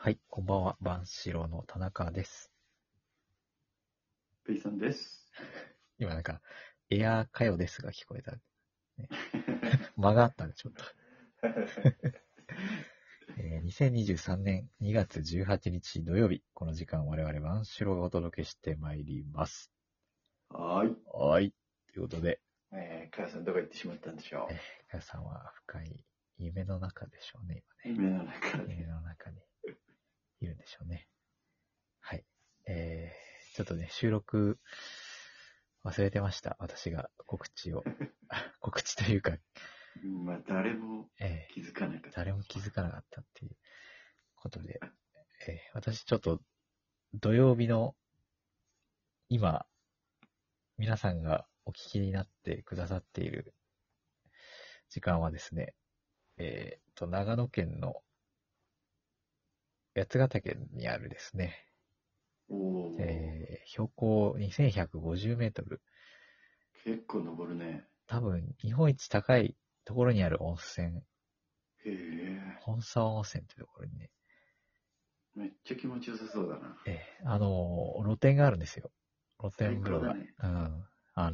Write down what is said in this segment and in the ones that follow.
はい、こんばんは。万志郎の田中です。 ペイさんです。 今なんか、エアーかよですが聞こえた。ね、間があったんで、ちょっと。2023年2月18日土曜日、この時間我々万志郎がお届けしてまいります。 はーい。 はい。ということで、 かやさんどこ行ってしまったんでしょかやさんは深い夢の中でしょうね、 う。 今ね。 夢の中夢で。 の中にいるんでしょうね。はい。ちょっとね、収録忘れてました。私が告知を。告知というか、 まあ、誰もえ気づかなかった。 誰も気づかなかったっていうことで、私ちょっと土曜日の今、皆さんがお聞きになってくださっている時間はですね、長野県の八ヶ岳にあるですね、 おお、 標高2150メートル、 結構登るね。 多分日本一高いところにある温泉、 へえ、 本沢温泉というところにね、 めっちゃ気持ちよさそうだな。 露天があるんですよ。露天最風呂が。 高だね。 うん。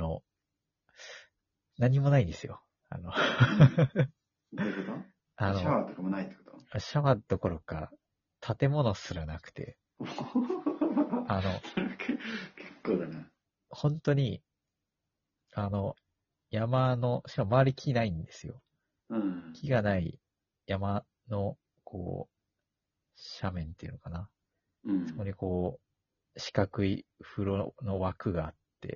何もないんですよ。 どういうことあの、 シャワーとかもないってこシャワーどころか、建物すらなくて、 とあの、 結構だな。 本当に、山の、しかも周り木ないんですよ。 うん。 木がない山の、斜面っていうのかな。そこうん。 に四角い風呂の枠があって、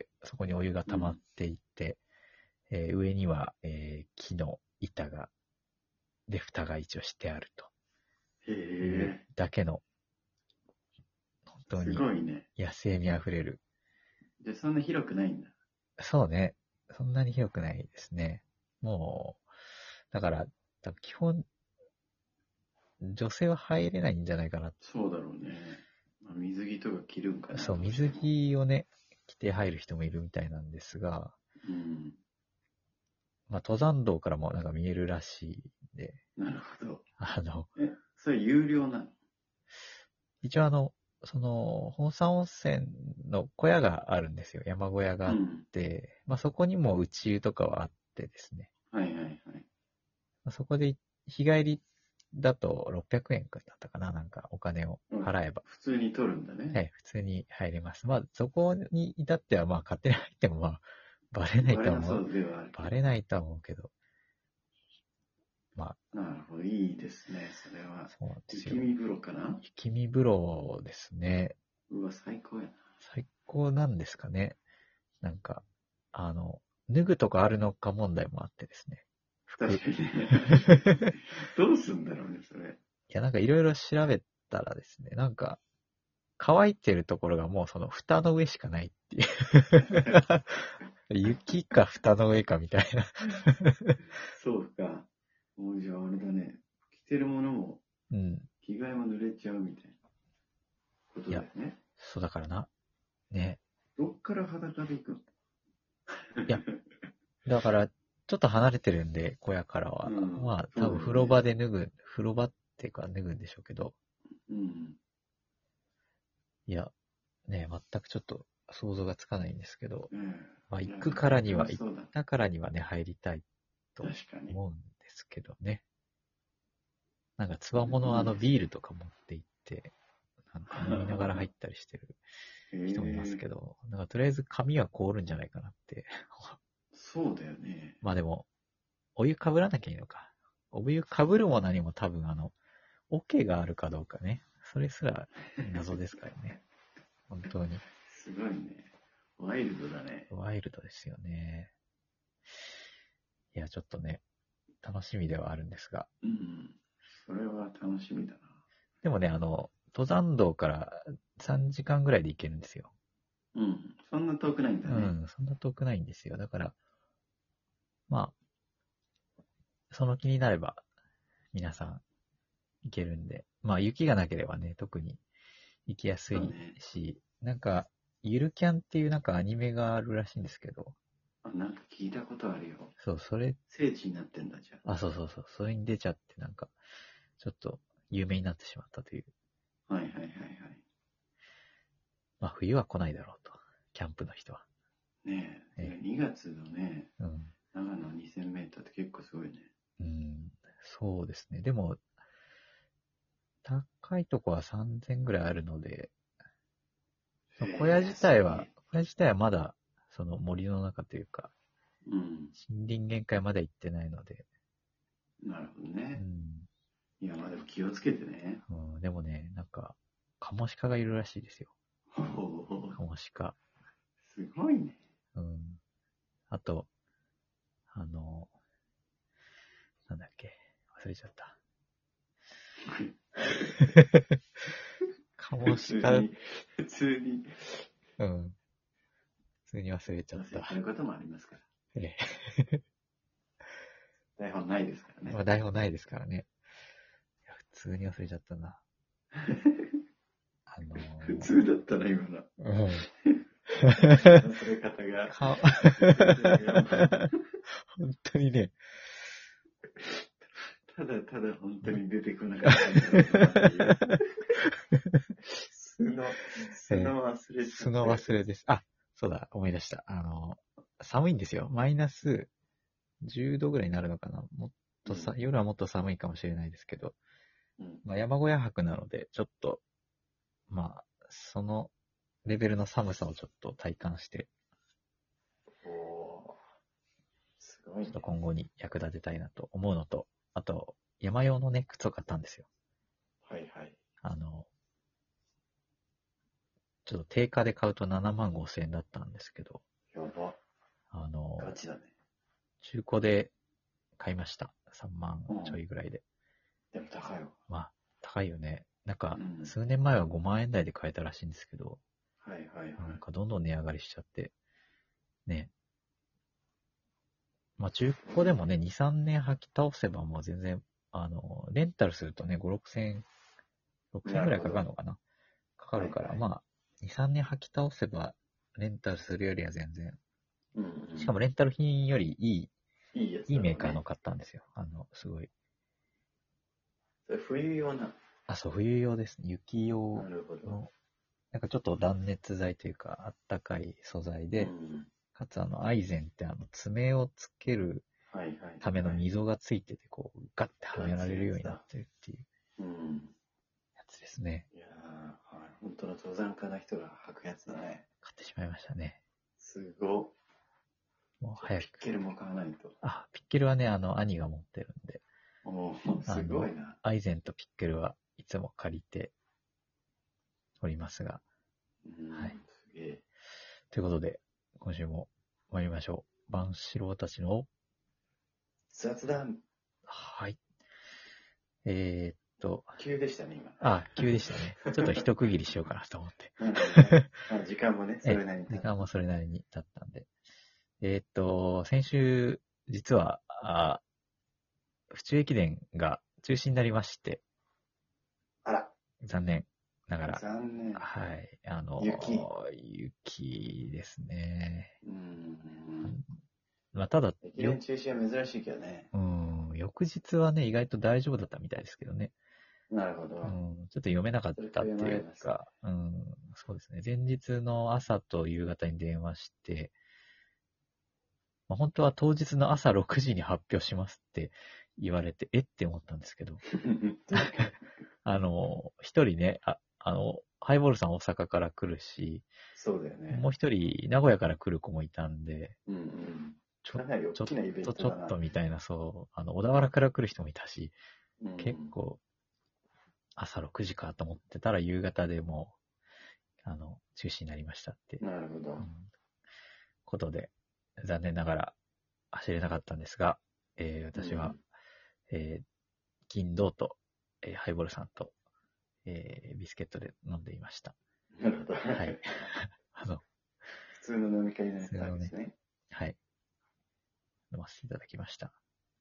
そこにお湯が溜まっうん。 ていって、上には、木の板で蓋が一応してあるへというえ、 だけの、本当すにごいね。 野生味あふれる。 じゃあそんな広くないんだ。 そうね。そんなに広くないですね。もう、だから、多分基本、女性は入れないんじゃないかな。 そうだろうね。まあ、水着とか着るんかな、 そう、水どうしても。 着をね、着て入る人もいるみたいなんですが、 うん。 まあ、登山道からもなんか見えるらしいんで、 なるほど。 あの、 それ有料なの？ 一応本山温泉の小屋があるんですよ。山小屋があっうん。 て、まあ、そこにも内湯とかはあってですね。 はいはいはい。 まあ、そこで日帰りだと600円だったかな、なんかお金をうん。 払えば。 普通に取るんだね。 はい、普通に入れます。まあ、そこに至っては、まあ、勝手に入っても、まあ、バレないとは思う。 バレなそうではあるけど。 バレないとは思うけど、まあ、 なるほど。いいですね。それは。 そうなんですよ。 雪見風呂かな？ 雪見風呂ですね。 うわ、最高やな。 最高なんですかね。なんか、あの、脱ぐとかあるのか問題もあってですね。服。 確かにね。どうすんだろうね、それ。 いや、なんかいろいろ調べたらですね、なんか、乾いてるところがもうその蓋の上しかないっていう。雪か蓋の上かみたいな。 そうか。もうじゃああれだね。着てるものも、 うん。 着替えも濡れちゃうみたいなこといや、 だよね。 そうだからな。ね。 どっから裸で行くの？ いや、だから、ちょっと離れてるんで、小屋からは。 うん。 まあ、多分風呂そうだよね。 場で風呂場っていうか脱ぐんでしょうけど、 うん。 いや、ね、全くちょっと想像がつかないんですけど、まあ、 いや、 行くから絶には、行っ対そうだ。 たからにはね、入りたいと確かに。 思うんですけどね。なんか、つそれわものいいですね。 ビールとか持って行って、なんか飲みながら入ったりしてるへ人もいますえ、 けど、なんかとりあえず髪は凍るんじゃないかなって。 そうだよね。 まあでも、お湯かぶらなきゃいいのか。お湯かぶるも何も多分桶があるかどうかね。それすら謎ですからね。本当に。 すごいね。ワイルドだね。 ワイルドですよね。いや、ちょっとね、楽しみではあるんですが。 うん。それは楽しみだな。 でもね、登山道から3時間ぐらいで行けるんですよ。 うん。そんな遠くないんだね。 うん、そんな遠くないんですよ。だから、まあ、その気になれば、皆さん行けるんで。まあ、雪がなければね、特に行きやすいそうね。 し、なんか、ゆるキャンっていうなんかアニメがあるらしいんですけど、 あ、なんか聞いたことあるよ。 そう、それ、 聖地になってんだじゃん。 そうそうそう、それに出ちゃってなんか、ちょっと有名になってしまったという。 まあ冬は来ないだろうと、キャンプの人は。 ねえ、2月のね、 うん。 長野2000メートルって結構すごいね。 そうですね。でも、高いとこは3000ぐらいあるので、小屋自体はまだ、その森の中というか、 うん。 森林限界まで行ってないので、 なるほどね。いや、まあでも気をつけてね。 でもね、なんか、カモシカがいるらしいですよ。 ほほほカモシカ。 すごいね。 あと、なんだっけ、忘れちゃった。カモシカ、 普通に。 普通に忘れちゃった。 そういうこともありますから。 え台本ないですからね。 まあ台本ないですからね。いや普通に忘れちゃったな。 普通だったな、今の。忘れ方が。 本当にね。 ただただ本当に出てこなかった。素の忘れです。あ、そうだ、思い出した。寒いんですよ。マイナス10度ぐらいになるのかな。もっと夜はもっと寒いかもしれないですけど、まあ、山小屋泊なので、ちょっと、まあ、そのレベルの寒さをちょっと体感して、 すごいね。 ちょっと今後に役立てたいなと思うのと、あと、山用のね、靴を買ったんですよ。 はいはい。 ちょっと定価で買うと75,000円だったんですけど、 やば。ガチだね。 中古で買いました。3万ちょいぐらいで。 でも高いわ。 まあ、高いよね。なんか、数年前は5万円台で買えたらしいんですけど、なんかどんどん値上がりしちゃって、ね。まあ、中古でもね、2、3年履き倒せばもう全然、レンタルするとね、5、6千円ぐらいかかるのかな。かかるから、まあ、2、3年履き倒せば、レンタルするよりは全然。しかもレンタル品よりいいメーカーの買ったんですよ。すごい。 それ冬用な。 そう、冬用ですね。雪用なるほど。 の、なんかちょっと断熱材というか、あったかい素材で、かつアイゼンって爪をつけるための溝がついてて、こう、ガッてはめられるようになってるっていうやつですね。 いやー、本当の登山家の人が履くやつだね。 買ってしまいましたね。 すごっ。 もう早く。 ピッケルも買わないと。 ピッケルはね、兄が持ってるんで。 すごいな。 アイゼンとピッケルはいつも借りておりますが。はい。 すげえ。 ということで、今週も参りましょう。万志郎たちの雑談。 はい。 急でしたね、今。 急でしたね。ちょっと一区切りしようかなと思って。 時間もね、それなりに。 時間もそれなりに経ったんで。先週、実は、府中駅伝が中止になりまして。 あら。 残念ながら。 残念。 はい。雪ですね。まあ、ただ、 駅伝中止は珍しいけどね。 翌日はね、意外と大丈夫だったみたいですけどね。 なるほど。 ちょっと読めなかったっていうか、そうですね。前日の朝と夕方に電話して、まあ、本当は当日の朝6時に発表しますって言われて、って思ったんですけど、一人ね、ハイボールさん大阪から来るし、 そうだよね。 もう一人名古屋から来る子もいたんで、ちょっとみたいな、そう、小田原から来る人もいたし、結構、朝6時かと思ってたら夕方でもう、中止になりましたって。 なるほど。 ことで、残念ながら走れなかったんですが、私は、金銅と、ハイボールさんと、ビスケットで飲んでいました。 なるほど。 はい。 普通の飲み会のやつですね。 はい。飲ませていただきました。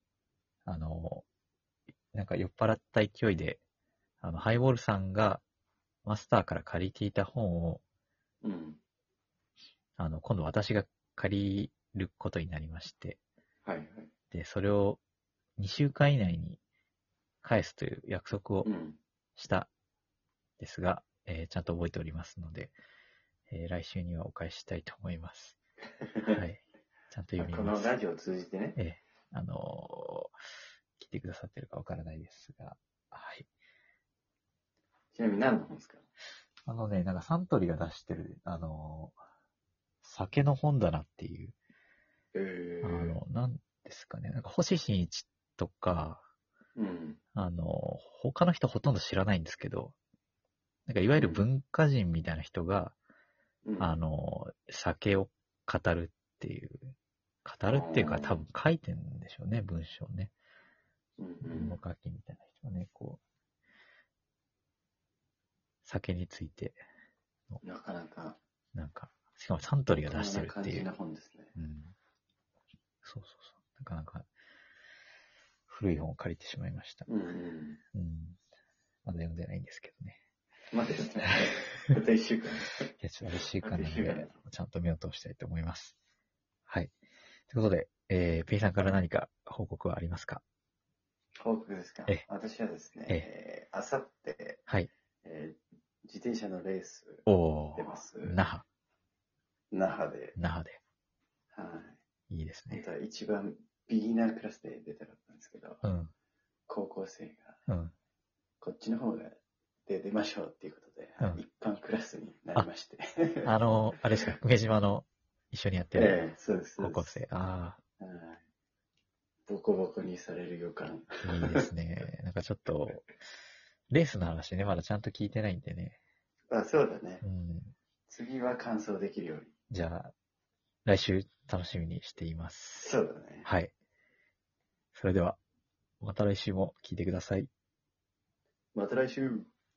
なんか酔っ払った勢いで、ハイボールさんがマスターから借りていた本を、今度私が借りることになりまして、で、それを2週間以内に返すという約束をしたですが、 ちゃんと覚えておりますので、来週にはお返ししたいと思います。はい。ちゃんと読みこます。 のラジオを通じてね。 聞いてくださってるかわからないですが、はい。 ちなみに何の本ですか？ なんかサントリーが出してる、酒の本棚っていう、なんですかね、なんか星新一とか、 うん。 他の人ほとんど知らないんですけど、なんかいわゆる文化人みたいな人が、 うん、 酒を語るっていうか多分書いてるんでしょうね、文章ね。物書きみたいな人がね、こう、酒についてなかなか。 なんか、しかもサントリーが出してるっていう。 大人な感じな本ですね。 うん。そう。なかなか古い本を借りてしまいました。まだ読んでないんですけどね。 まだですね。あと1週間。 いや、ちょっと1週間なので、ちゃんと目を通したいと思います。はい。ということで、ペイさんから何か報告はありますか？ 報告ですか？私はですね、あさって、 はい。 自転車のレース出ます。那覇で。はい。 いいですね。 本当は一番ビギナークラスで出たかったんですけど、高校生が、こっちの方で出ましょうっていうことで、一般クラスになりまして。 あれですか、梅島の一緒にやってる高校生。 ボコボコにされる予感。 いいですね。なんかちょっと、レースの話ね、まだちゃんと聞いてないんでね。 そうだね。次は完走できるように。 じゃあ、来週楽しみにしています。 そうだね。 はい。それでは、また来週も聞いてください。 また来週。